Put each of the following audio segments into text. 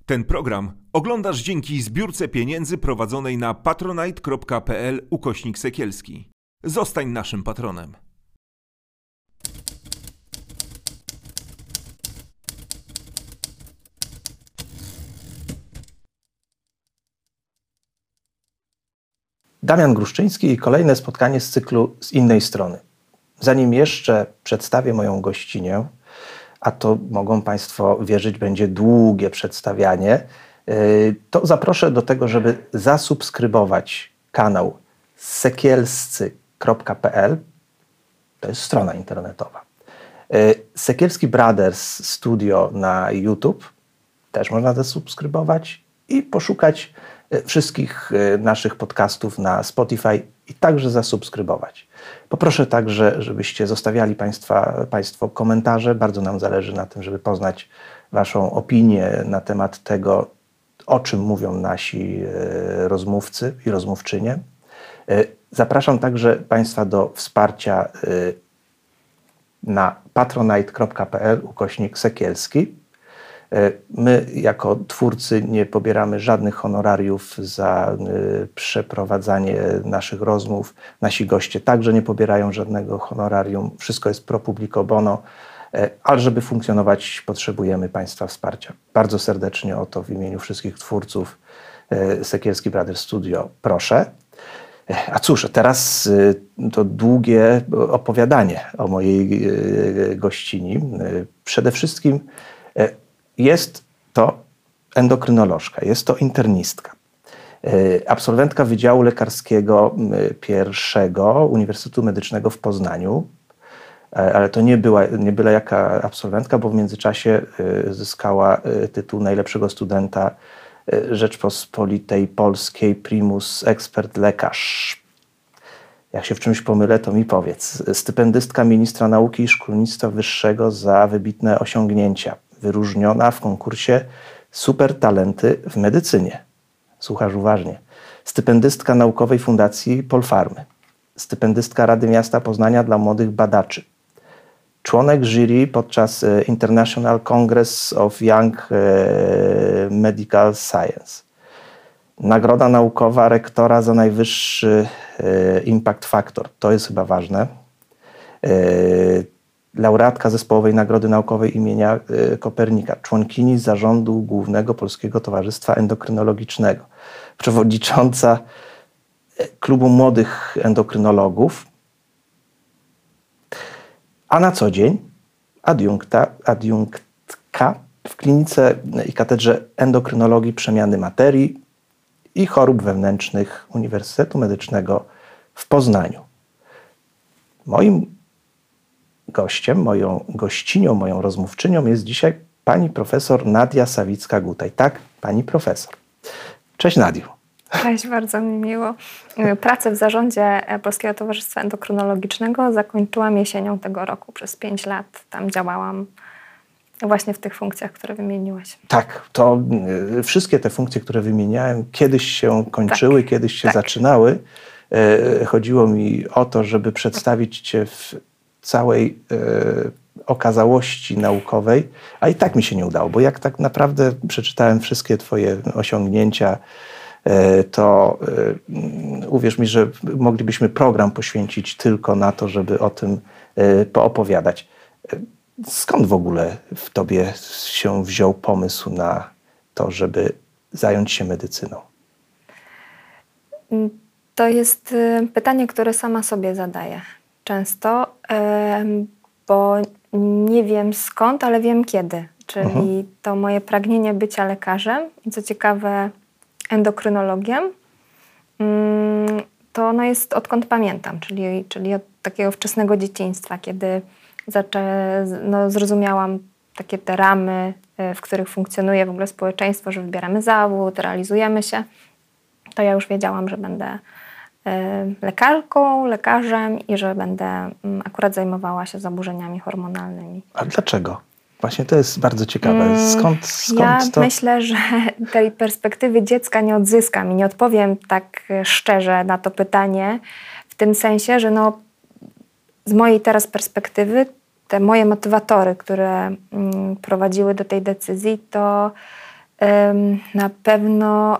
Ten program oglądasz dzięki zbiórce pieniędzy prowadzonej na patronite.pl/Sekielski. Zostań naszym patronem. Damian Gruszczyński i kolejne spotkanie z cyklu Z innej strony. Zanim jeszcze przedstawię moją gościnię, a to mogą Państwo wierzyć, będzie długie przedstawianie, to zaproszę do tego, żeby zasubskrybować kanał sekielscy.pl. To jest strona internetowa. Sekielski Brothers Studio na YouTube też można zasubskrybować i poszukać wszystkich naszych podcastów na Spotify i także zasubskrybować. Poproszę także, żebyście zostawiali Państwo komentarze. Bardzo nam zależy na tym, żeby poznać Waszą opinię na temat tego, o czym mówią nasi rozmówcy i rozmówczynie. Zapraszam także Państwa do wsparcia na patronite.pl/Sekielski. My jako twórcy nie pobieramy żadnych honorariów za przeprowadzanie naszych rozmów. Nasi goście także nie pobierają żadnego honorarium. Wszystko jest pro publico bono, ale żeby funkcjonować, potrzebujemy Państwa wsparcia. Bardzo serdecznie o to w imieniu wszystkich twórców Sekielski Brothers Studio proszę. A cóż, teraz to długie opowiadanie o mojej gościni. Przede wszystkim jest to endokrynolożka, jest to internistka, absolwentka Wydziału Lekarskiego I Uniwersytetu Medycznego w Poznaniu, ale to nie byle jaka absolwentka, bo w międzyczasie zyskała tytuł najlepszego studenta Rzeczpospolitej Polskiej, primus expert lekarz. Jak się w czymś pomylę, to mi powiedz. Stypendystka ministra nauki i szkolnictwa wyższego za wybitne osiągnięcia. Wyróżniona w konkursie Super Talenty w medycynie. Słuchasz uważnie. Stypendystka Naukowej Fundacji Polfarmy. Stypendystka Rady Miasta Poznania dla młodych badaczy. Członek jury podczas International Congress of Young Medical Science. Nagroda naukowa rektora za najwyższy impact factor. To jest chyba ważne. Laureatka Zespołowej Nagrody Naukowej imienia Kopernika, członkini Zarządu Głównego Polskiego Towarzystwa Endokrynologicznego, przewodnicząca Klubu Młodych Endokrynologów, a na co dzień adiunktka w klinice i katedrze endokrynologii przemiany materii i chorób wewnętrznych Uniwersytetu Medycznego w Poznaniu. Moim gościem, moją gościnią, moją rozmówczynią jest dzisiaj pani profesor Nadia Sawicka-Gutaj. Tak, pani profesor. Cześć Nadiu. Cześć, bardzo mi miło. Pracę w zarządzie Polskiego Towarzystwa Endokrynologicznego zakończyłam jesienią tego roku. Przez 5 lat tam działałam właśnie w tych funkcjach, które wymieniłeś. Tak, to wszystkie te funkcje, które wymieniałem, kiedyś się kończyły, tak, kiedyś się zaczynały. Chodziło mi o to, żeby przedstawić cię w całej okazałości naukowej, a i tak mi się nie udało, bo jak tak naprawdę przeczytałem wszystkie twoje osiągnięcia, to uwierz mi, że moglibyśmy program poświęcić tylko na to, żeby o tym poopowiadać. Skąd w ogóle w tobie się wziął pomysł na to, żeby zająć się medycyną? To jest pytanie, które sama sobie zadaję często, bo nie wiem skąd, ale wiem kiedy. Czyli to moje pragnienie bycia lekarzem i co ciekawe endokrynologiem, to ono jest odkąd pamiętam, czyli od takiego wczesnego dzieciństwa, kiedy zrozumiałam takie te ramy, w których funkcjonuje w ogóle społeczeństwo, że wybieramy zawód, realizujemy się, to ja już wiedziałam, że będę lekarką, lekarzem i że będę akurat zajmowała się zaburzeniami hormonalnymi. A dlaczego? Właśnie to jest bardzo ciekawe. Skąd ja to? Myślę, że tej perspektywy dziecka nie odzyskam i nie odpowiem tak szczerze na to pytanie, w tym sensie, że z mojej teraz perspektywy te moje motywatory, które prowadziły do tej decyzji, to Na pewno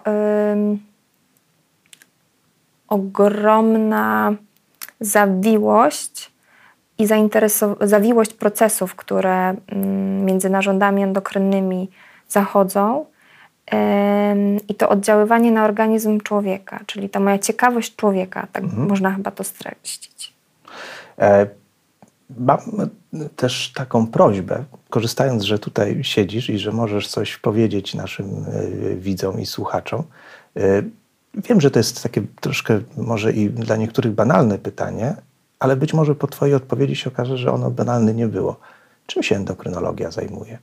ogromna zawiłość i zawiłość procesów, które między narządami endokrinnymi zachodzą i to oddziaływanie na organizm człowieka, czyli ta moja ciekawość człowieka, tak można chyba to streścić. Mam też taką prośbę, korzystając, że tutaj siedzisz i że możesz coś powiedzieć naszym widzom i słuchaczom. Wiem, że to jest takie troszkę może i dla niektórych banalne pytanie, ale być może po twojej odpowiedzi się okaże, że ono banalne nie było. Czym się endokrynologia zajmuje?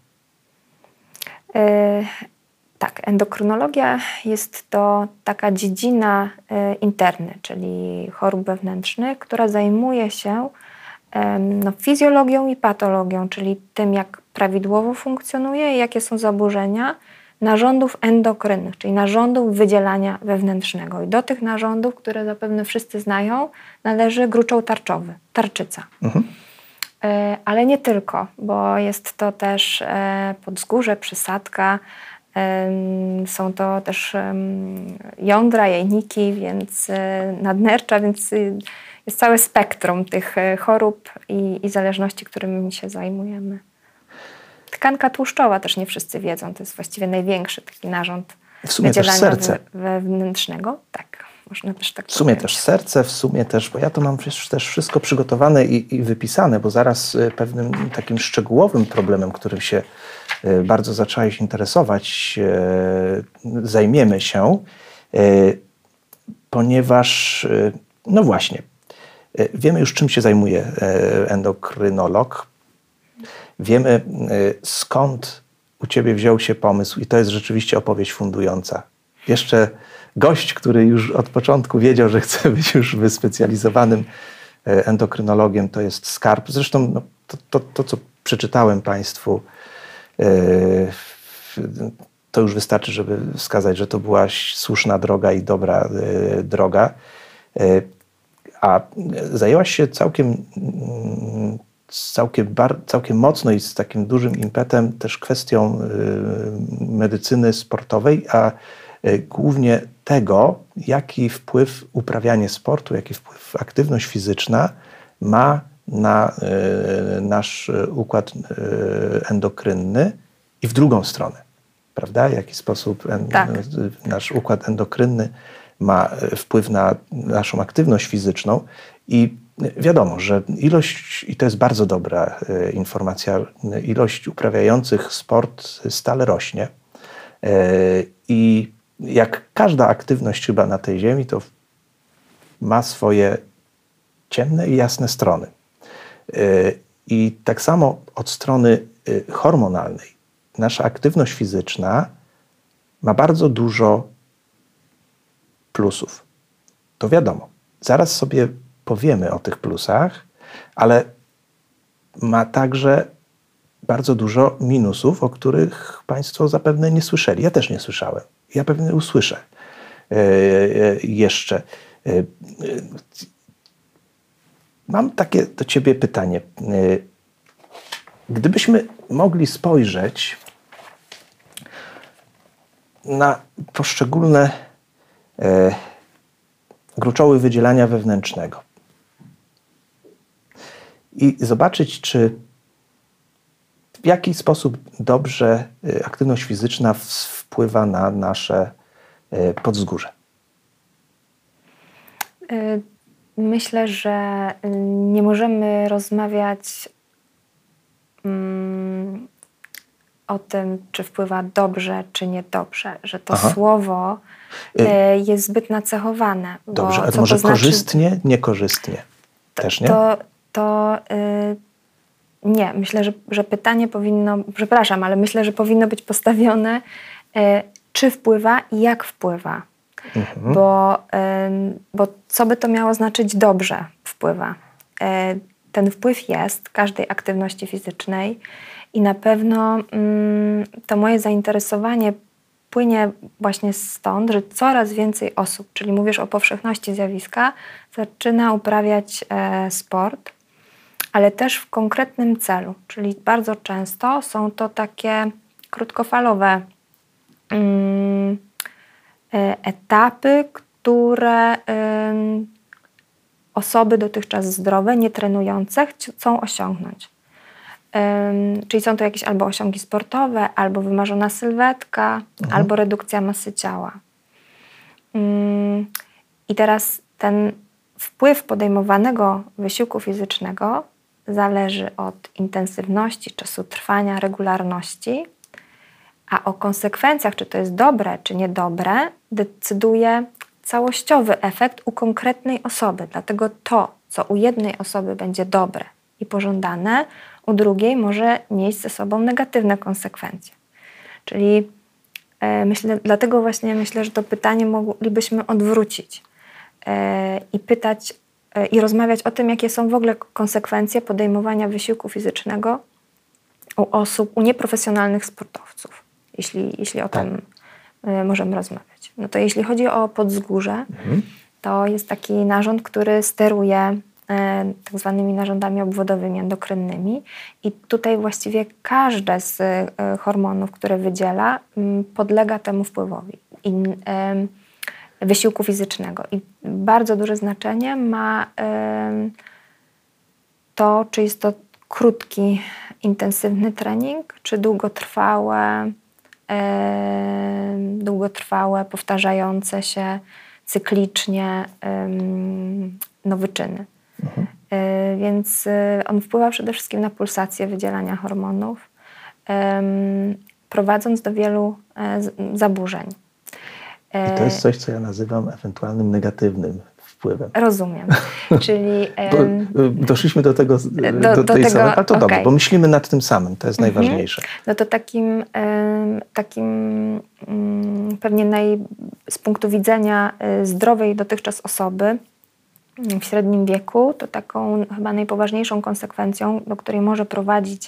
Tak, endokrynologia jest to taka dziedzina interny, czyli chorób wewnętrznych, która zajmuje się fizjologią i patologią, czyli tym, jak prawidłowo funkcjonuje i jakie są zaburzenia narządów endokrynnych, czyli narządów wydzielania wewnętrznego. I do tych narządów, które zapewne wszyscy znają, należy gruczoł tarczowy, tarczyca. Ale nie tylko, bo jest to też podzgórze, przysadka, są to też jądra, jajniki, więc nadnercza, więc jest całe spektrum tych chorób i zależności, którymi się zajmujemy. Tkanka tłuszczowa też nie wszyscy wiedzą, to jest właściwie największy taki narząd w sumie wydzielania też serce. Wewnętrznego. Tak, można też tak W sumie powiedzieć. też serce, w sumie też, bo ja to mam też wszystko przygotowane i wypisane, bo zaraz pewnym takim szczegółowym problemem, którym się bardzo zacząłeś interesować, zajmiemy się, ponieważ, no właśnie, wiemy już, czym się zajmuje endokrynolog. Wiemy, skąd u ciebie wziął się pomysł i to jest rzeczywiście opowieść fundująca. Jeszcze gość, który już od początku wiedział, że chce być już wyspecjalizowanym endokrynologiem, to jest skarb. Zresztą no, to, co przeczytałem Państwu, to już wystarczy, żeby wskazać, że to była słuszna droga i dobra droga. A zajęłaś się całkiem mocno i z takim dużym impetem też kwestią medycyny sportowej, a głównie tego, jaki wpływ uprawianie sportu, jaki wpływ aktywność fizyczna ma na nasz układ endokrynny i w drugą stronę, prawda? W jaki sposób nasz układ endokrynny ma wpływ na naszą aktywność fizyczną i wiadomo, że ilość, i to jest bardzo dobra informacja, ilość uprawiających sport stale rośnie i jak każda aktywność chyba na tej ziemi, to ma swoje ciemne i jasne strony. I tak samo od strony hormonalnej nasza aktywność fizyczna ma bardzo dużo plusów. To wiadomo. Zaraz sobie powiemy o tych plusach, ale ma także bardzo dużo minusów, o których Państwo zapewne nie słyszeli. Ja też nie słyszałem. Ja pewnie usłyszę jeszcze. Mam takie do Ciebie pytanie. Gdybyśmy mogli spojrzeć na poszczególne gruczoły wydzielania wewnętrznego i zobaczyć, w jaki sposób dobrze aktywność fizyczna wpływa na nasze podzgórze. Myślę, że nie możemy rozmawiać o tym, czy wpływa dobrze, czy niedobrze, że to słowo jest zbyt nacechowane. Dobrze, ale może to znaczy, korzystnie, niekorzystnie? Też nie? Nie, myślę, że pytanie powinno, przepraszam, ale myślę, że powinno być postawione, czy wpływa i jak wpływa. Bo co by to miało znaczyć dobrze wpływa? Ten wpływ jest każdej aktywności fizycznej i na pewno to moje zainteresowanie płynie właśnie stąd, że coraz więcej osób, czyli mówisz o powszechności zjawiska, zaczyna uprawiać sport, ale też w konkretnym celu, czyli bardzo często są to takie krótkofalowe etapy, które osoby dotychczas zdrowe, nietrenujące chcą osiągnąć. Czyli są to jakieś albo osiągi sportowe, albo wymarzona sylwetka, albo redukcja masy ciała. I teraz ten wpływ podejmowanego wysiłku fizycznego zależy od intensywności, czasu trwania, regularności, a o konsekwencjach, czy to jest dobre, czy niedobre, decyduje całościowy efekt u konkretnej osoby. Dlatego to, co u jednej osoby będzie dobre i pożądane, u drugiej może nieść ze sobą negatywne konsekwencje. Czyli dlatego właśnie myślę, że to pytanie moglibyśmy odwrócić i pytać i rozmawiać o tym, jakie są w ogóle konsekwencje podejmowania wysiłku fizycznego u nieprofesjonalnych sportowców, jeśli o tym możemy rozmawiać. No to jeśli chodzi o podzgórze, to jest taki narząd, który steruje tak zwanymi narządami obwodowymi, endokrynnymi i tutaj właściwie każde z hormonów, które wydziela, podlega temu wpływowi wysiłku fizycznego. I bardzo duże znaczenie ma to, czy jest to krótki, intensywny trening, czy długotrwałe, powtarzające się cyklicznie wyczyny. Więc on wpływa przede wszystkim na pulsację wydzielania hormonów, prowadząc do wielu zaburzeń. I to jest coś, co ja nazywam ewentualnym negatywnym wpływem. Rozumiem. Czyli... Doszliśmy do tego, do tej samej, ale to dobrze, bo myślimy nad tym samym, to jest najważniejsze. No to takim pewnie z punktu widzenia zdrowej dotychczas osoby w średnim wieku, to taką chyba najpoważniejszą konsekwencją, do której może prowadzić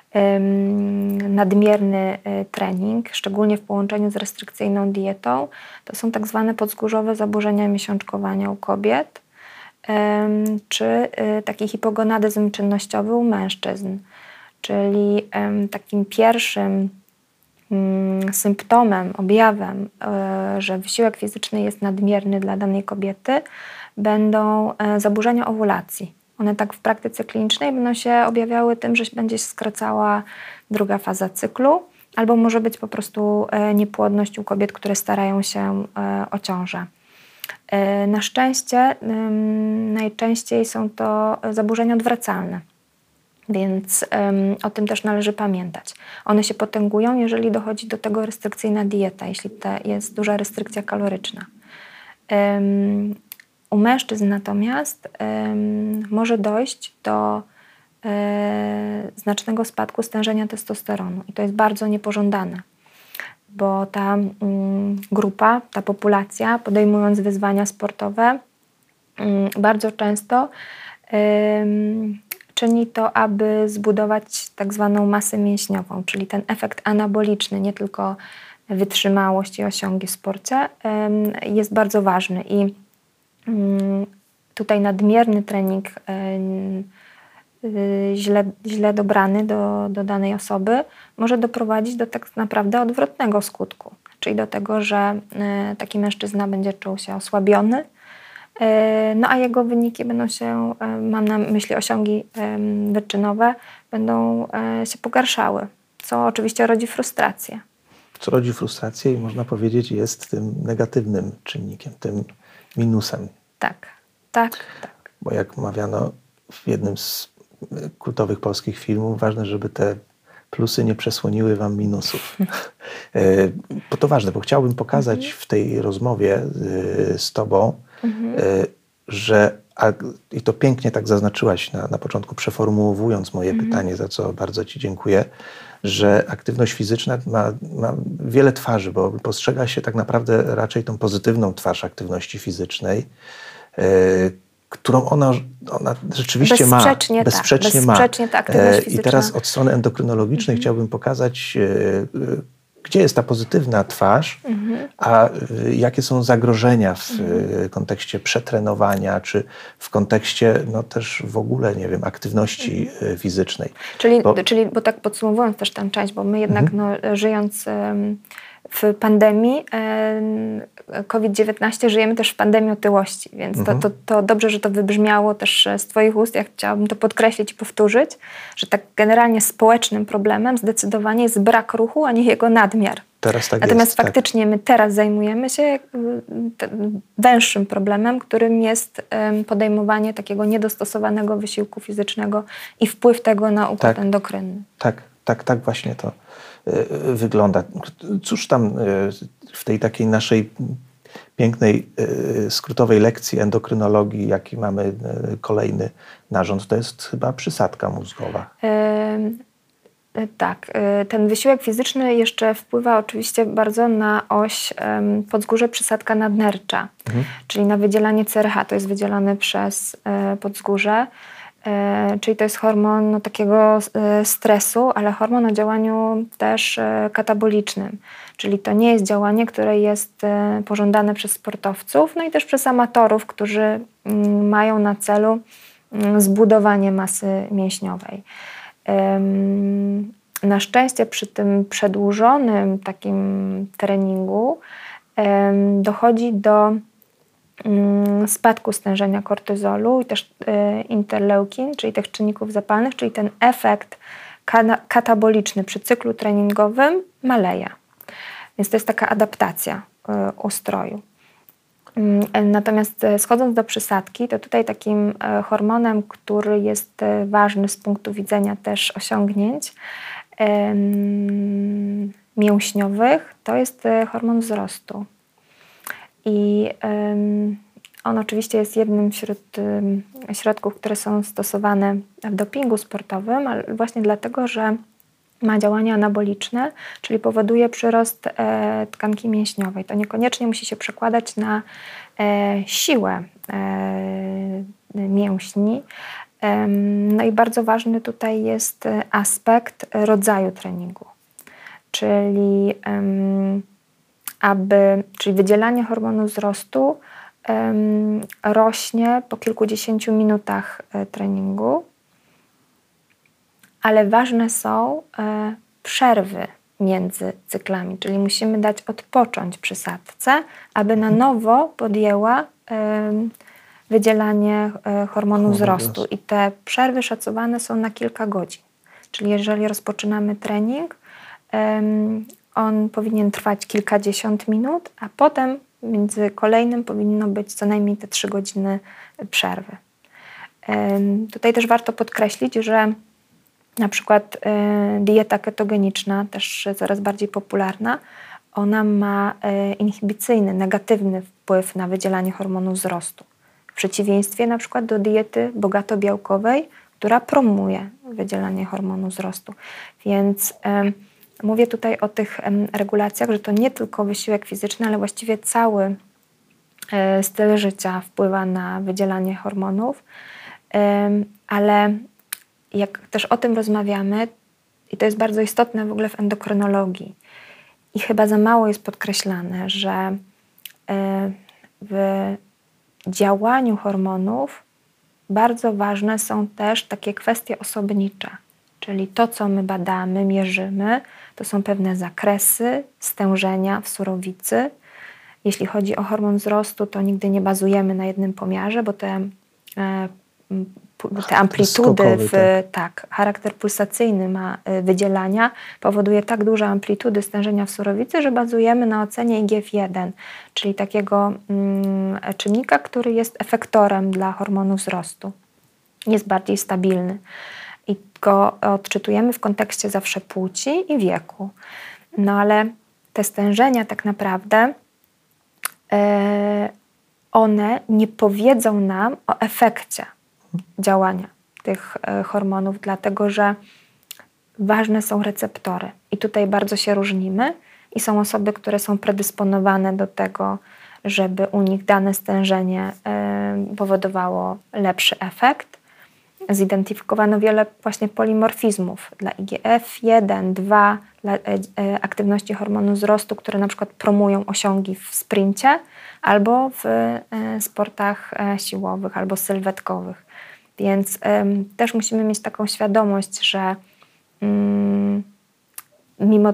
nadmierny trening, szczególnie w połączeniu z restrykcyjną dietą, to są tak zwane podzgórzowe zaburzenia miesiączkowania u kobiet, czy taki hipogonadyzm czynnościowy u mężczyzn. Czyli takim pierwszym symptomem, objawem, że wysiłek fizyczny jest nadmierny dla danej kobiety, będą zaburzenia owulacji. One tak w praktyce klinicznej będą się objawiały tym, że będzie się skracała druga faza cyklu, albo może być po prostu niepłodność u kobiet, które starają się o ciążę. Na szczęście najczęściej są to zaburzenia odwracalne, więc o tym też należy pamiętać. One się potęgują, jeżeli dochodzi do tego restrykcyjna dieta, jeśli jest duża restrykcja kaloryczna. U mężczyzn natomiast może dojść do znacznego spadku stężenia testosteronu i to jest bardzo niepożądane, bo ta grupa, ta populacja, podejmując wyzwania sportowe, bardzo często czyni to, aby zbudować tak zwaną masę mięśniową, czyli ten efekt anaboliczny, nie tylko wytrzymałość i osiągi w sporcie, jest bardzo ważny i tutaj nadmierny trening źle dobrany do danej osoby może doprowadzić do tak naprawdę odwrotnego skutku, czyli do tego, że taki mężczyzna będzie czuł się osłabiony, a jego wyniki będą się, mam na myśli osiągi wyczynowe, będą się pogarszały, co oczywiście rodzi frustrację. Co rodzi frustrację i można powiedzieć jest tym negatywnym czynnikiem, tym minusem. Tak. Bo jak mawiano w jednym z kultowych polskich filmów, ważne, żeby te plusy nie przesłoniły wam minusów. Bo to ważne, bo chciałbym pokazać w tej rozmowie z tobą, że, i to pięknie tak zaznaczyłaś na początku, przeformułowując moje pytanie, za co bardzo ci dziękuję, że aktywność fizyczna ma wiele twarzy, bo postrzega się tak naprawdę raczej tą pozytywną twarz aktywności fizycznej, którą ona rzeczywiście bezsprzecznie ma. Ta aktywność fizyczna. I teraz od strony endokrynologicznej chciałbym pokazać, gdzie jest ta pozytywna twarz, a jakie są zagrożenia w kontekście przetrenowania, czy w kontekście też w ogóle, nie wiem, aktywności fizycznej. Czyli tak podsumowując też tę część, bo my jednak żyjąc w pandemii COVID-19 żyjemy też w pandemii otyłości, więc to dobrze, że to wybrzmiało też z Twoich ust. Ja chciałabym to podkreślić i powtórzyć, że tak generalnie społecznym problemem zdecydowanie jest brak ruchu, a nie jego nadmiar. Teraz tak Natomiast jest, faktycznie my teraz zajmujemy się węższym problemem, którym jest podejmowanie takiego niedostosowanego wysiłku fizycznego i wpływ tego na układ endokrynny. Tak właśnie to wygląda. Cóż tam w tej takiej naszej pięknej, skrótowej lekcji endokrynologii, jaki mamy kolejny narząd, to jest chyba przysadka mózgowa. Tak, ten wysiłek fizyczny jeszcze wpływa oczywiście bardzo na oś podzgórze przysadka nadnercza, czyli na wydzielanie CRH, to jest wydzielane przez podzgórze, czyli to jest hormon takiego stresu, ale hormon o działaniu też katabolicznym, czyli to nie jest działanie, które jest pożądane przez sportowców, no i też przez amatorów, którzy mają na celu zbudowanie masy mięśniowej. Na szczęście przy tym przedłużonym takim treningu dochodzi do spadku stężenia kortyzolu i też interleukin, czyli tych czynników zapalnych, czyli ten efekt kataboliczny przy cyklu treningowym maleje. Więc to jest taka adaptacja ustroju. Natomiast schodząc do przysadki, to tutaj takim hormonem, który jest ważny z punktu widzenia też osiągnięć mięśniowych, to jest hormon wzrostu. I on oczywiście jest jednym wśród środków, które są stosowane w dopingu sportowym, ale właśnie dlatego, że ma działanie anaboliczne, czyli powoduje przyrost tkanki mięśniowej. To niekoniecznie musi się przekładać na siłę mięśni. No i bardzo ważny tutaj jest aspekt rodzaju treningu, czyli czyli wydzielanie hormonu wzrostu rośnie po kilkudziesięciu minutach treningu, ale ważne są przerwy między cyklami, czyli musimy dać odpocząć przysadce, aby na nowo podjęła wydzielanie hormonu wzrostu. I te przerwy szacowane są na kilka godzin. Czyli jeżeli rozpoczynamy trening, on powinien trwać kilkadziesiąt minut, a potem między kolejnym powinno być co najmniej te 3 godziny przerwy. Tutaj też warto podkreślić, że na przykład dieta ketogeniczna, też coraz bardziej popularna, ona ma inhibicyjny, negatywny wpływ na wydzielanie hormonu wzrostu. W przeciwieństwie na przykład do diety bogato-białkowej, która promuje wydzielanie hormonu wzrostu. Więc mówię tutaj o tych regulacjach, że to nie tylko wysiłek fizyczny, ale właściwie cały styl życia wpływa na wydzielanie hormonów, ale jak też o tym rozmawiamy, i to jest bardzo istotne w ogóle w endokrynologii i chyba za mało jest podkreślane, że w działaniu hormonów bardzo ważne są też takie kwestie osobnicze, czyli to, co my badamy, mierzymy, to są pewne zakresy, stężenia w surowicy. Jeśli chodzi o hormon wzrostu, to nigdy nie bazujemy na jednym pomiarze, bo te amplitudy, charakter pulsacyjny ma wydzielania, powoduje tak duże amplitudy stężenia w surowicy, że bazujemy na ocenie IGF-1, czyli takiego czynnika, który jest efektorem dla hormonu wzrostu. Jest bardziej stabilny i go odczytujemy w kontekście zawsze płci i wieku. No ale te stężenia tak naprawdę one nie powiedzą nam o efekcie działania tych hormonów, dlatego że ważne są receptory. I tutaj bardzo się różnimy i są osoby, które są predysponowane do tego, żeby u nich dane stężenie powodowało lepszy efekt. Zidentyfikowano wiele właśnie polimorfizmów dla IGF-1, 2, dla aktywności hormonu wzrostu, które na przykład promują osiągi w sprincie albo w sportach siłowych albo sylwetkowych. Więc też musimy mieć taką świadomość, że mimo tych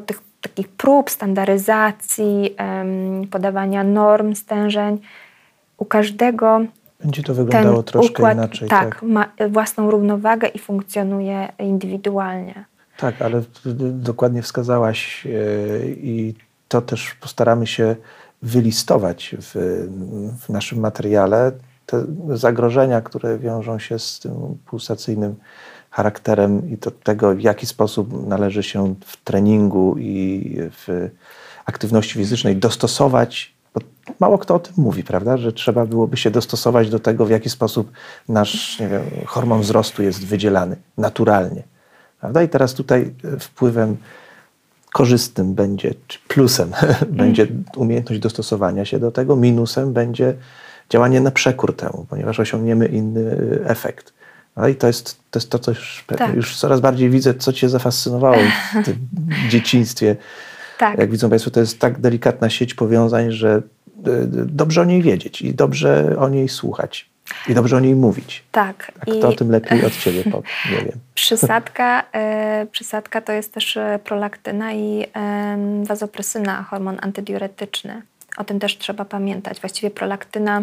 takich prób, standaryzacji, podawania norm, stężeń. U każdego Będzie to wyglądało troszkę układ, inaczej. Tak, ma własną równowagę i funkcjonuje indywidualnie. Tak, ale dokładnie wskazałaś i to też postaramy się wylistować w naszym materiale. Te zagrożenia, które wiążą się z tym pulsacyjnym charakterem i do tego, w jaki sposób należy się w treningu i w aktywności fizycznej dostosować, bo mało kto o tym mówi, prawda, że trzeba byłoby się dostosować do tego, w jaki sposób nasz, nie wiem, hormon wzrostu jest wydzielany naturalnie. Prawda? I teraz tutaj wpływem korzystnym będzie, czy plusem będzie umiejętność dostosowania się do tego, minusem będzie działanie na przekór temu, ponieważ osiągniemy inny efekt. No i to jest to, co już coraz bardziej widzę, co Cię zafascynowało w tym dzieciństwie. Tak. Jak widzą Państwo, to jest tak delikatna sieć powiązań, że dobrze o niej wiedzieć i dobrze o niej słuchać. I dobrze o niej mówić. Tak. A kto o tym lepiej od Ciebie powie? Nie wiem. Przysadka to jest też prolaktyna i wazopresyna, hormon antydiuretyczny. O tym też trzeba pamiętać. Właściwie prolaktyna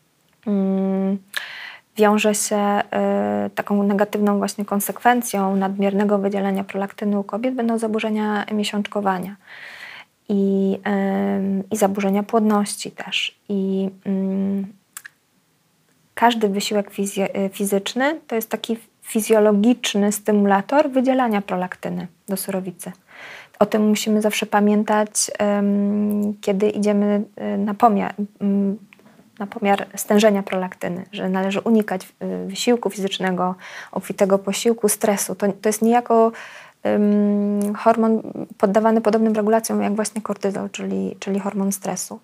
wiąże się taką negatywną właśnie konsekwencją nadmiernego wydzielania prolaktyny u kobiet będą zaburzenia miesiączkowania i zaburzenia płodności też. I każdy wysiłek fizyczny to jest taki fizjologiczny stymulator wydzielania prolaktyny do surowicy. O tym musimy zawsze pamiętać, kiedy idziemy na pomiar stężenia prolaktyny, że należy unikać wysiłku fizycznego, obfitego posiłku, stresu. To jest niejako hormon poddawany podobnym regulacjom jak właśnie kortyzol, czyli hormon stresu.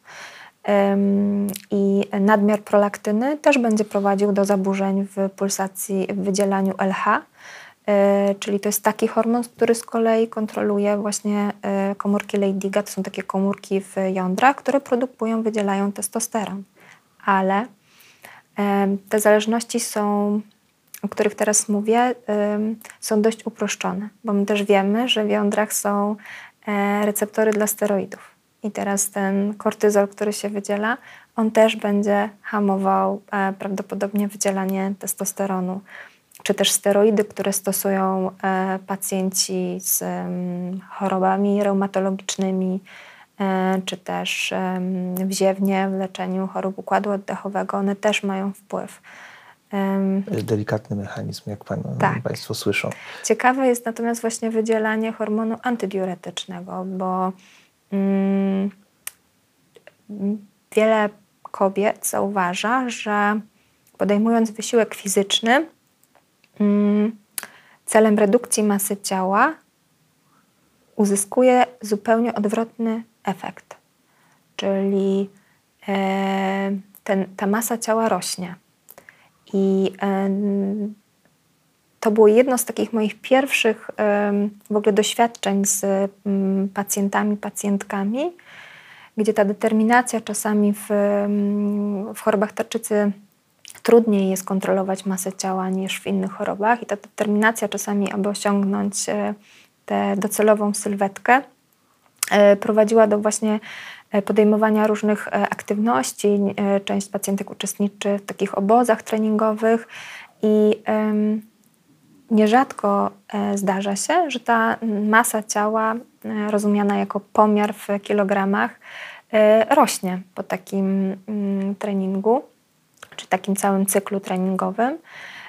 I nadmiar prolaktyny też będzie prowadził do zaburzeń w pulsacji, w wydzielaniu LH, czyli to jest taki hormon, który z kolei kontroluje właśnie komórki Leydiga. To są takie komórki w jądrach, które produkują, wydzielają testosteron. Ale te zależności są, o których teraz mówię, są dość uproszczone, bo my też wiemy, że w jądrach są receptory dla steroidów. I teraz ten kortyzol, który się wydziela, on też będzie hamował prawdopodobnie wydzielanie testosteronu. Czy też steroidy, które stosują pacjenci z chorobami reumatologicznymi, czy też wziewnie w leczeniu chorób układu oddechowego, one też mają wpływ. To jest delikatny mechanizm, jak Państwo słyszą. Ciekawe jest natomiast właśnie wydzielanie hormonu antydiuretycznego, bo wiele kobiet zauważa, że podejmując wysiłek fizyczny celem redukcji masy ciała uzyskuje zupełnie odwrotny efekt. Czyli ta masa ciała rośnie. I to było jedno z takich moich pierwszych w ogóle doświadczeń z pacjentami, pacjentkami, gdzie ta determinacja czasami w chorobach tarczycy trudniej jest kontrolować masę ciała niż w innych chorobach i ta determinacja czasami, aby osiągnąć tę docelową sylwetkę, prowadziła do właśnie podejmowania różnych aktywności. Część pacjentek uczestniczy w takich obozach treningowych i nierzadko zdarza się, że ta masa ciała rozumiana jako pomiar w kilogramach rośnie po takim treningu, czy takim całym cyklu treningowym.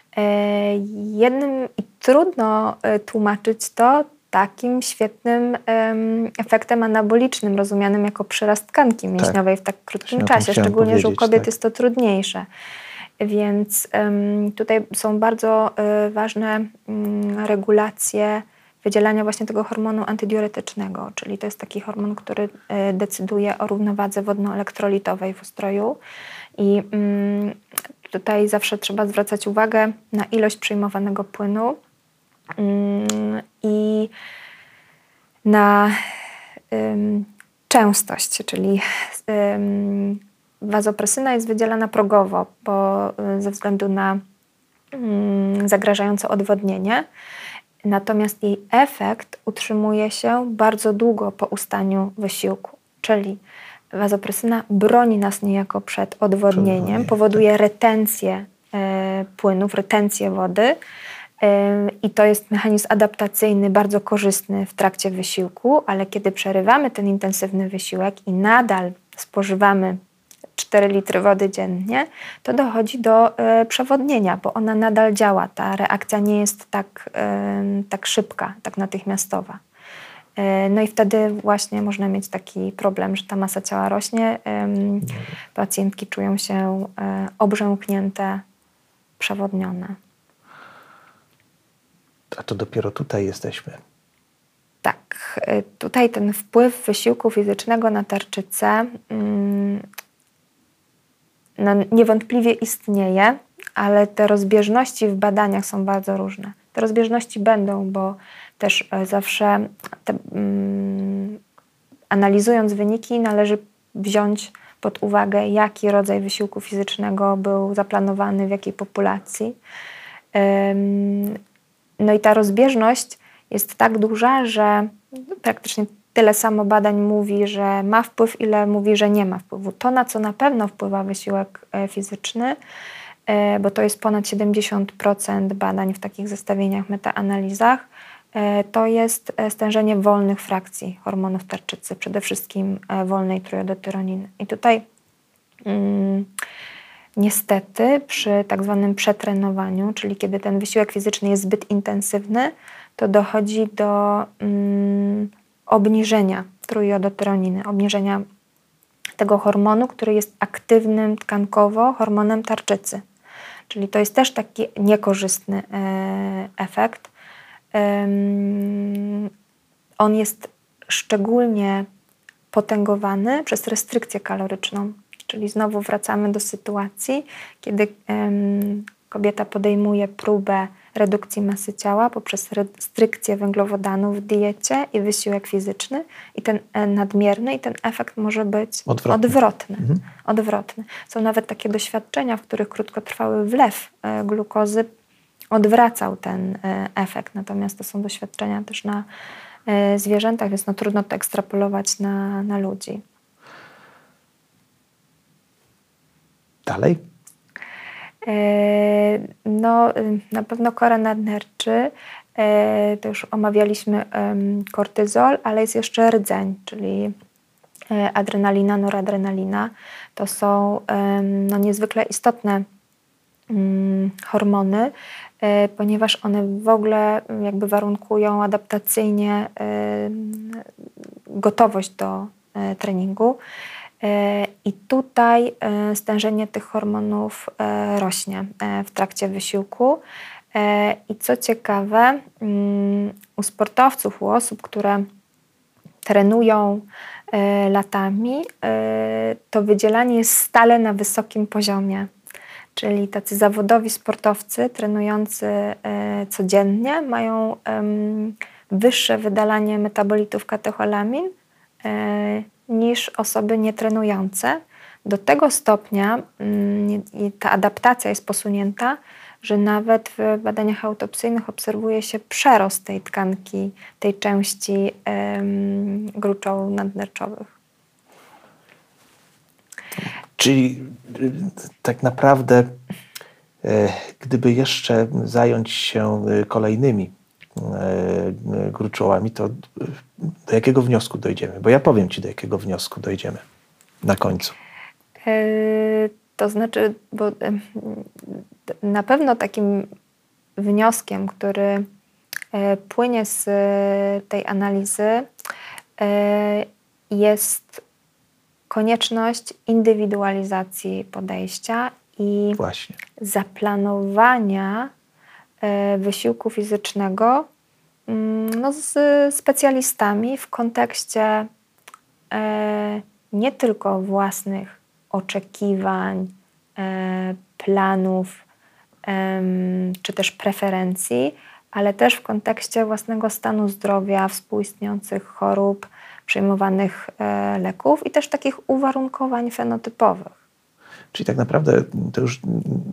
I trudno tłumaczyć to takim świetnym efektem anabolicznym, rozumianym jako przyrast tkanki mięśniowej w tak krótkim czasie, szczególnie, że u kobiet jest to trudniejsze. Więc tutaj są bardzo ważne regulacje wydzielania właśnie tego hormonu antydiuretycznego, czyli to jest taki hormon, który decyduje o równowadze wodnoelektrolitowej w ustroju i tutaj zawsze trzeba zwracać uwagę na ilość przyjmowanego płynu i na częstość, czyli wazopresyna jest wydzielana progowo, bo ze względu na zagrażające odwodnienie Natomiast jej efekt utrzymuje się bardzo długo po ustaniu wysiłku, czyli wazopresyna broni nas niejako przed odwodnieniem, powoduje retencję płynów, retencję wody i to jest mechanizm adaptacyjny bardzo korzystny w trakcie wysiłku, ale kiedy przerywamy ten intensywny wysiłek i nadal spożywamy 4 litry wody dziennie, to dochodzi do przewodnienia, bo ona nadal działa. Ta reakcja nie jest tak szybka, tak natychmiastowa. No i wtedy właśnie można mieć taki problem, że ta masa ciała rośnie, pacjentki czują się obrzęknięte, przewodnione. A to dopiero tutaj jesteśmy. Tak, tutaj ten wpływ wysiłku fizycznego na tarczycę no, niewątpliwie istnieje, ale te rozbieżności w badaniach są bardzo różne. Te rozbieżności będą, bo też zawsze analizując wyniki należy wziąć pod uwagę, jaki rodzaj wysiłku fizycznego był zaplanowany, w jakiej populacji. No i ta rozbieżność jest tak duża, że praktycznie tyle samo badań mówi, że ma wpływ, ile mówi, że nie ma wpływu. To, na co na pewno wpływa wysiłek fizyczny, bo to jest ponad 70% badań w takich zestawieniach, metaanalizach, to jest stężenie wolnych frakcji hormonów tarczycy, przede wszystkim wolnej trójodotyroniny. I tutaj niestety przy tak zwanym przetrenowaniu, czyli kiedy ten wysiłek fizyczny jest zbyt intensywny, to dochodzi do obniżenia trójodotyroniny, obniżenia tego hormonu, który jest aktywnym tkankowo hormonem tarczycy. Czyli to jest też taki niekorzystny efekt. On jest szczególnie potęgowany przez restrykcję kaloryczną. Czyli znowu wracamy do sytuacji, kiedy kobieta podejmuje próbę redukcji masy ciała poprzez restrykcję węglowodanów w diecie i wysiłek fizyczny i ten nadmierny i ten efekt może być odwrotny. Są nawet takie doświadczenia, w których krótkotrwały wlew glukozy odwracał ten efekt. Natomiast to są doświadczenia też na zwierzętach, więc no, trudno to ekstrapolować na ludzi. Dalej? No, na pewno kora nadnerczy, to już omawialiśmy kortyzol, ale jest jeszcze rdzeń, czyli adrenalina, noradrenalina. To są no, niezwykle istotne hormony, ponieważ one w ogóle jakby warunkują adaptacyjnie gotowość do treningu. I tutaj stężenie tych hormonów rośnie w trakcie wysiłku. I co ciekawe, u sportowców, u osób, które trenują latami, to wydzielanie jest stale na wysokim poziomie. Czyli tacy zawodowi sportowcy trenujący codziennie mają wyższe wydalanie metabolitów katecholamin niż osoby nietrenujące. Do tego stopnia ta adaptacja jest posunięta, że nawet w badaniach autopsyjnych obserwuje się przerost tej tkanki, tej części gruczoł nadnerczowych. Czyli tak naprawdę, gdyby jeszcze zająć się kolejnymi gruczołami, to do jakiego wniosku dojdziemy? Bo ja powiem Ci, do jakiego wniosku dojdziemy na końcu. To znaczy, bo na pewno takim wnioskiem, który płynie z tej analizy, jest konieczność indywidualizacji podejścia i Właśnie zaplanowania wysiłku fizycznego no, z specjalistami w kontekście nie tylko własnych oczekiwań, planów czy też preferencji, ale też w kontekście własnego stanu zdrowia, współistniejących chorób, przyjmowanych leków i też takich uwarunkowań fenotypowych. Czyli tak naprawdę to już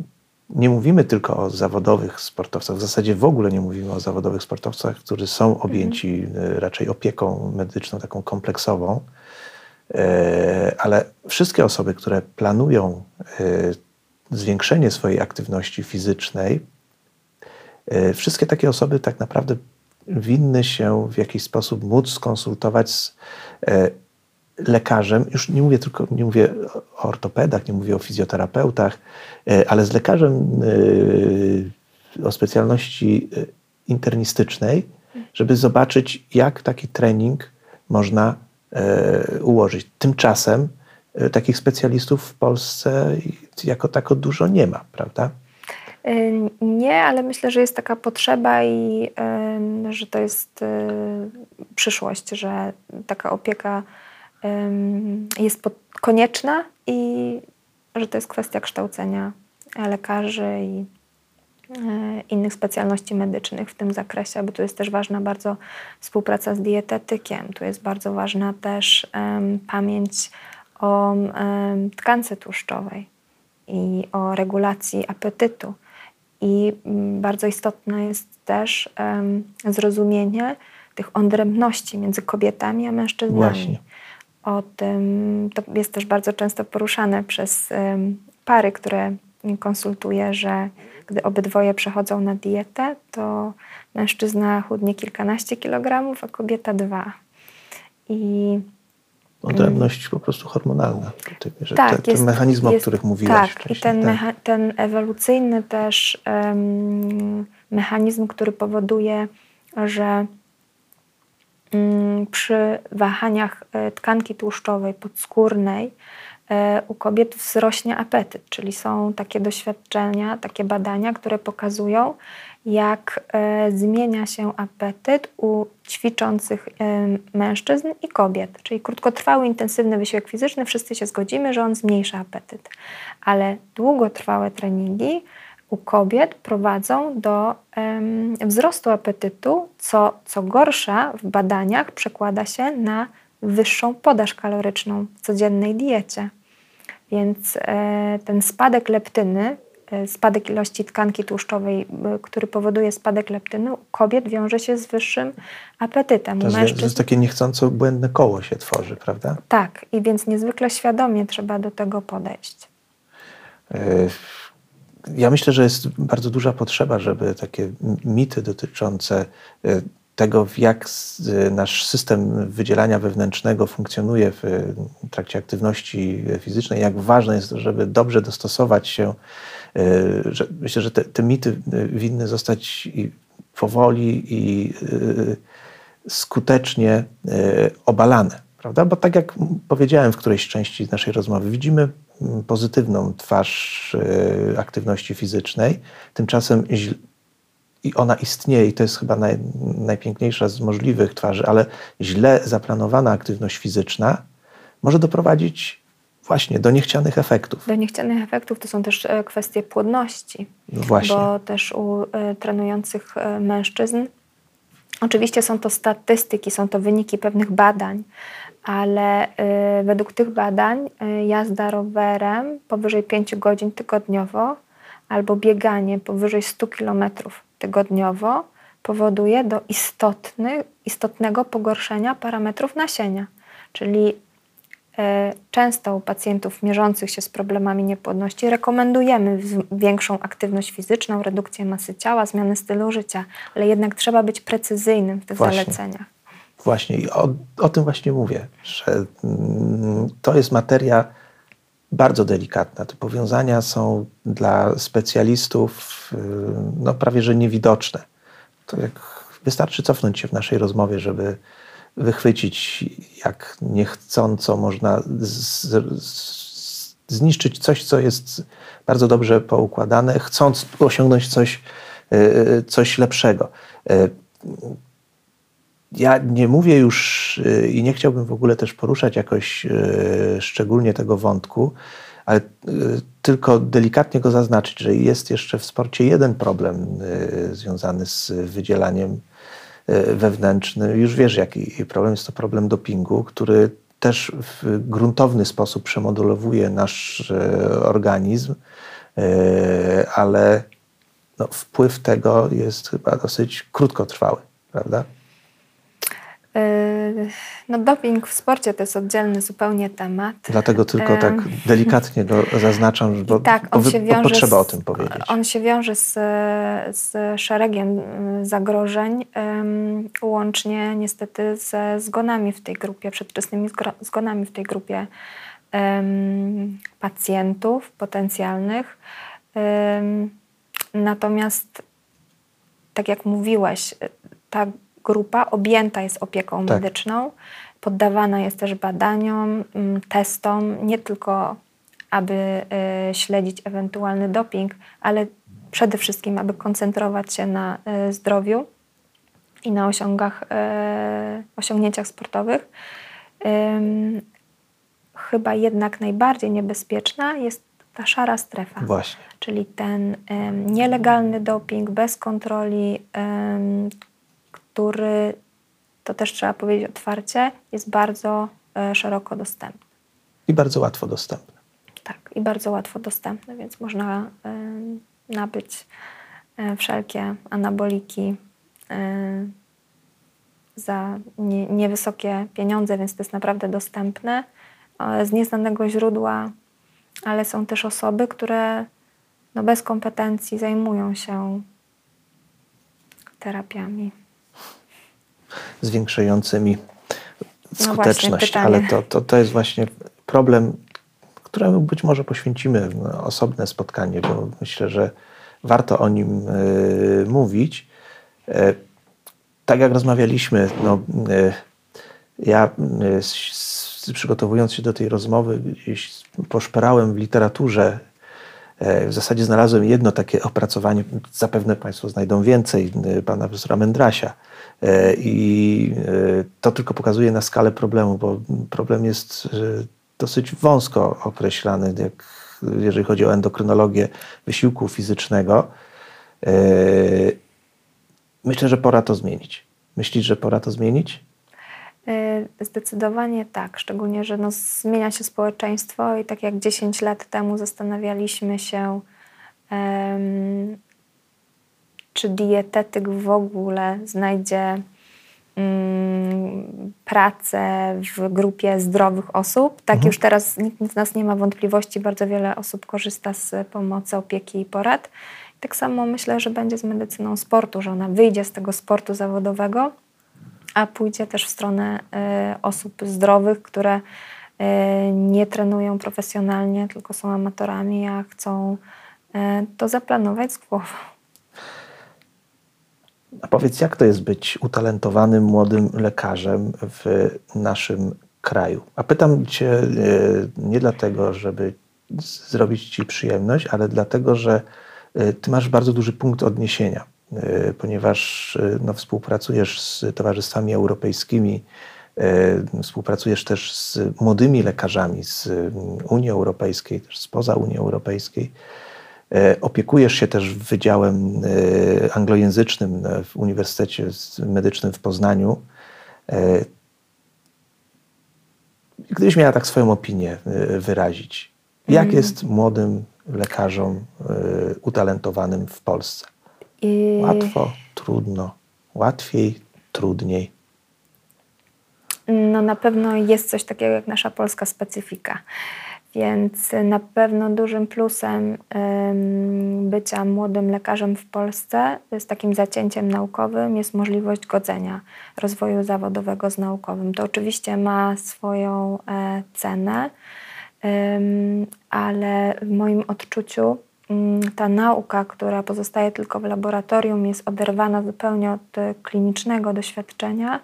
nie mówimy tylko o zawodowych sportowcach, w zasadzie w ogóle nie mówimy o zawodowych sportowcach, którzy są objęci raczej opieką medyczną, taką kompleksową, ale wszystkie osoby, które planują zwiększenie swojej aktywności fizycznej, wszystkie takie osoby tak naprawdę winny się w jakiś sposób móc skonsultować z lekarzem, już nie mówię o ortopedach, nie mówię o fizjoterapeutach, ale z lekarzem o specjalności internistycznej, żeby zobaczyć, jak taki trening można ułożyć. Tymczasem takich specjalistów w Polsce jako tako dużo nie ma, prawda? Nie, ale myślę, że jest taka potrzeba i że to jest przyszłość, że taka opieka jest konieczna i że to jest kwestia kształcenia lekarzy i innych specjalności medycznych w tym zakresie, bo tu jest też ważna bardzo współpraca z dietetykiem. Tu jest bardzo ważna też pamięć o tkance tłuszczowej i o regulacji apetytu. I bardzo istotne jest też zrozumienie tych odrębności między kobietami a mężczyznami. Właśnie. O tym to jest też bardzo często poruszane przez pary, które konsultuję, że gdy obydwoje przechodzą na dietę, to mężczyzna chudnie kilkanaście kilogramów, a kobieta 2. I odrębność po prostu hormonalna. Że tak, te mechanizmy, o których mówiłaś wcześniej. Tak, i ten ewolucyjny też mechanizm, który powoduje, że przy wahaniach tkanki tłuszczowej podskórnej u kobiet wzrośnie apetyt, czyli są takie doświadczenia, takie badania, które pokazują, jak zmienia się apetyt u ćwiczących mężczyzn i kobiet. Czyli krótkotrwały, intensywny wysiłek fizyczny, wszyscy się zgodzimy, że on zmniejsza apetyt. Ale długotrwałe treningi u kobiet prowadzą do wzrostu apetytu, co gorsza w badaniach przekłada się na wyższą podaż kaloryczną w codziennej diecie. Więc ten spadek leptyny, spadek ilości tkanki tłuszczowej, który powoduje spadek leptyny, u kobiet wiąże się z wyższym apetytem. To jest takie niechcąco błędne koło się tworzy, prawda? Tak, i więc niezwykle świadomie trzeba do tego podejść. Ja myślę, że jest bardzo duża potrzeba, żeby takie mity dotyczące tego, jak nasz system wydzielania wewnętrznego funkcjonuje w trakcie aktywności fizycznej, jak ważne jest, żeby dobrze dostosować się. Myślę, że te mity winny zostać powoli i skutecznie obalane, prawda? Bo tak jak powiedziałem w którejś części naszej rozmowy, widzimy pozytywną twarz aktywności fizycznej, tymczasem i ona istnieje i to jest chyba najpiękniejsza z możliwych twarzy, ale źle zaplanowana aktywność fizyczna może doprowadzić właśnie do niechcianych efektów. Do niechcianych efektów to są też kwestie płodności. Właśnie. Bo też u trenujących mężczyzn, oczywiście są to statystyki, są to wyniki pewnych badań, ale według tych badań jazda rowerem powyżej 5 godzin tygodniowo albo bieganie powyżej 100 km tygodniowo powoduje do istotnego pogorszenia parametrów nasienia. Czyli często u pacjentów mierzących się z problemami niepłodności rekomendujemy większą aktywność fizyczną, redukcję masy ciała, zmianę stylu życia, ale jednak trzeba być precyzyjnym w tych zaleceniach. Właśnie i o tym właśnie mówię, że to jest materia bardzo delikatna. Te powiązania są dla specjalistów prawie że niewidoczne. To jak wystarczy cofnąć się w naszej rozmowie, żeby wychwycić, jak niechcąco można zniszczyć coś, co jest bardzo dobrze poukładane, chcąc osiągnąć coś lepszego. Ja nie mówię już i nie chciałbym w ogóle też poruszać jakoś szczególnie tego wątku, ale tylko delikatnie go zaznaczyć, że jest jeszcze w sporcie jeden problem związany z wydzielaniem wewnętrznym. Już wiesz, jaki problem jest to problem dopingu, który też w gruntowny sposób przemodulowuje nasz organizm ale no, wpływ tego jest chyba dosyć krótkotrwały, prawda? No doping w sporcie to jest oddzielny zupełnie temat. Dlatego tylko tak delikatnie go zaznaczam, bo, tak, bo potrzeba o tym powiedzieć. On się wiąże z szeregiem zagrożeń, łącznie niestety ze zgonami w tej grupie, przedwczesnymi zgonami w tej grupie pacjentów potencjalnych. Natomiast, tak jak mówiłeś, ta grupa objęta jest opieką medyczną, poddawana jest też badaniom, testom, nie tylko aby śledzić ewentualny doping, ale przede wszystkim, aby koncentrować się na zdrowiu i na osiągnięciach sportowych. Chyba jednak najbardziej niebezpieczna jest ta szara strefa. Właśnie. Czyli ten nielegalny doping bez kontroli, który, to też trzeba powiedzieć otwarcie, jest bardzo szeroko dostępny. I bardzo łatwo dostępny. Tak, i bardzo łatwo dostępny, więc można nabyć wszelkie anaboliki za niewysokie pieniądze, więc to jest naprawdę dostępne z nieznanego źródła, ale są też osoby, które no, bez kompetencji zajmują się terapiami zwiększającymi skuteczność, no ale to jest właśnie problem, któremu być może poświęcimy osobne spotkanie, bo myślę, że warto o nim mówić. Tak jak rozmawialiśmy, ja przygotowując się do tej rozmowy gdzieś poszperałem w literaturze. W zasadzie znalazłem jedno takie opracowanie, zapewne Państwo znajdą więcej, pana profesora Mędrasia. I to tylko pokazuje na skalę problemu, bo problem jest dosyć wąsko określany, jeżeli chodzi o endokrynologię wysiłku fizycznego. Myślę, że pora to zmienić. Myślisz, że pora to zmienić? Zdecydowanie tak, szczególnie, że no, zmienia się społeczeństwo i tak jak 10 lat temu zastanawialiśmy się, czy dietetyk w ogóle znajdzie pracę w grupie zdrowych osób. Tak już teraz nikt z nas nie ma wątpliwości, bardzo wiele osób korzysta z pomocy, opieki i porad. Tak samo myślę, że będzie z medycyną sportu, że ona wyjdzie z tego sportu zawodowego, a pójdzie też w stronę osób zdrowych, które nie trenują profesjonalnie, tylko są amatorami, a chcą to zaplanować z głową. A powiedz, jak to jest być utalentowanym młodym lekarzem w naszym kraju? A pytam Cię nie dlatego, żeby zrobić Ci przyjemność, ale dlatego, że Ty masz bardzo duży punkt odniesienia, ponieważ współpracujesz z towarzystwami europejskimi, współpracujesz też z młodymi lekarzami z Unii Europejskiej, też spoza Unii Europejskiej. Opiekujesz się też Wydziałem Anglojęzycznym w Uniwersytecie Medycznym w Poznaniu. Gdybyś miała tak swoją opinię wyrazić, jak jest młodym lekarzom utalentowanym w Polsce? Łatwo, trudno, łatwiej, trudniej? No na pewno jest coś takiego jak nasza polska specyfika. Więc na pewno dużym plusem bycia młodym lekarzem w Polsce z takim zacięciem naukowym jest możliwość godzenia rozwoju zawodowego z naukowym. To oczywiście ma swoją cenę, ale w moim odczuciu ta nauka, która pozostaje tylko w laboratorium, jest oderwana zupełnie od klinicznego doświadczenia.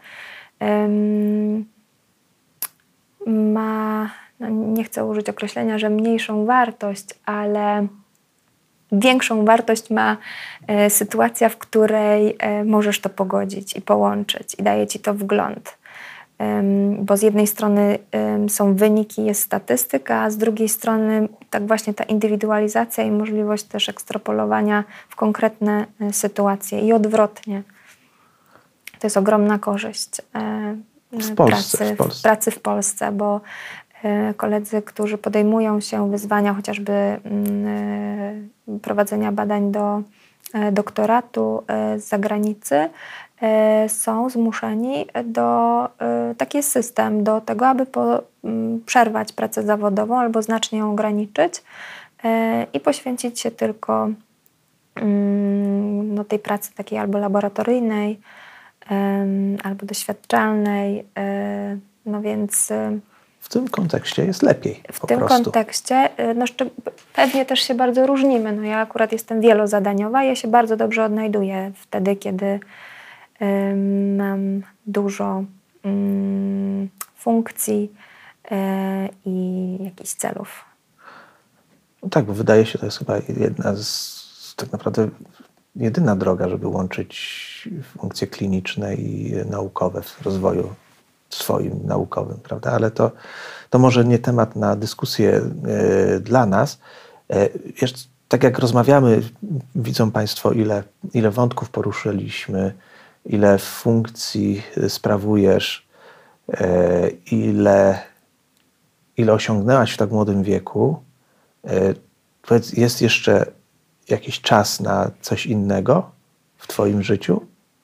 Ma, nie chcę użyć określenia, że mniejszą wartość, ale większą wartość ma sytuacja, w której możesz to pogodzić i połączyć i daje Ci to wgląd. Bo z jednej strony są wyniki, jest statystyka, a z drugiej strony tak właśnie ta indywidualizacja i możliwość też ekstrapolowania w konkretne sytuacje i odwrotnie. To jest ogromna korzyść pracy w Polsce, bo koledzy, którzy podejmują się wyzwania chociażby prowadzenia badań do doktoratu z zagranicy, są zmuszeni taki jest system, do tego, aby przerwać pracę zawodową albo znacznie ją ograniczyć i poświęcić się tylko tej pracy takiej albo laboratoryjnej, albo doświadczalnej. No więc w tym kontekście jest lepiej. W tym kontekście pewnie też się bardzo różnimy. No ja akurat jestem wielozadaniowa, ja się bardzo dobrze odnajduję wtedy, kiedy mam dużo funkcji i jakichś celów. No tak, bo wydaje się, to jest chyba tak naprawdę jedyna droga, żeby łączyć funkcje kliniczne i naukowe w rozwoju swoim naukowym, prawda? Ale to może nie temat na dyskusję dla nas. Wiesz, tak jak rozmawiamy, widzą Państwo, ile wątków poruszyliśmy, ile funkcji sprawujesz, ile osiągnęłaś w tak młodym wieku. Powiedz, jest jeszcze jakiś czas na coś innego w Twoim życiu?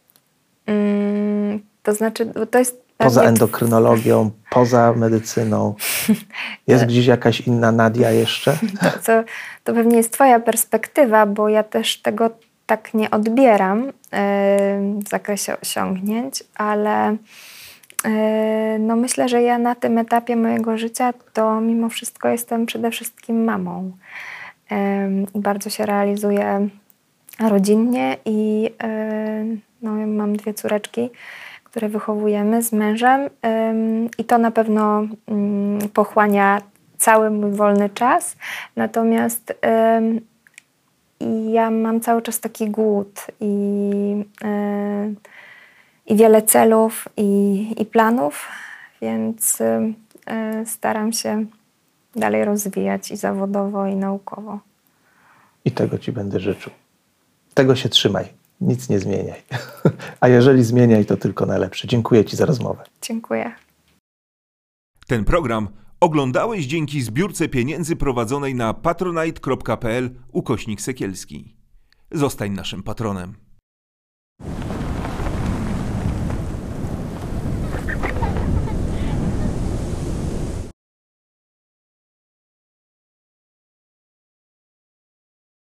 To znaczy, to jest poza endokrynologią, poza medycyną. Jest gdzieś jakaś inna Nadia jeszcze? To pewnie jest Twoja perspektywa, bo ja też tego tak nie odbieram w zakresie osiągnięć, ale no myślę, że ja na tym etapie mojego życia to mimo wszystko jestem przede wszystkim mamą. I bardzo się realizuję rodzinnie i no, mam 2 córeczki, które wychowujemy z mężem i to na pewno pochłania cały mój wolny czas. Natomiast ja mam cały czas taki głód i wiele celów i planów, więc staram się dalej rozwijać i zawodowo, i naukowo. I tego Ci będę życzył. Tego się trzymaj. Nic nie zmieniaj. A jeżeli zmieniaj, to tylko na lepsze. Dziękuję Ci za rozmowę. Dziękuję. Ten program oglądałeś dzięki zbiórce pieniędzy prowadzonej na patronite.pl/Sekielski. Zostań naszym patronem.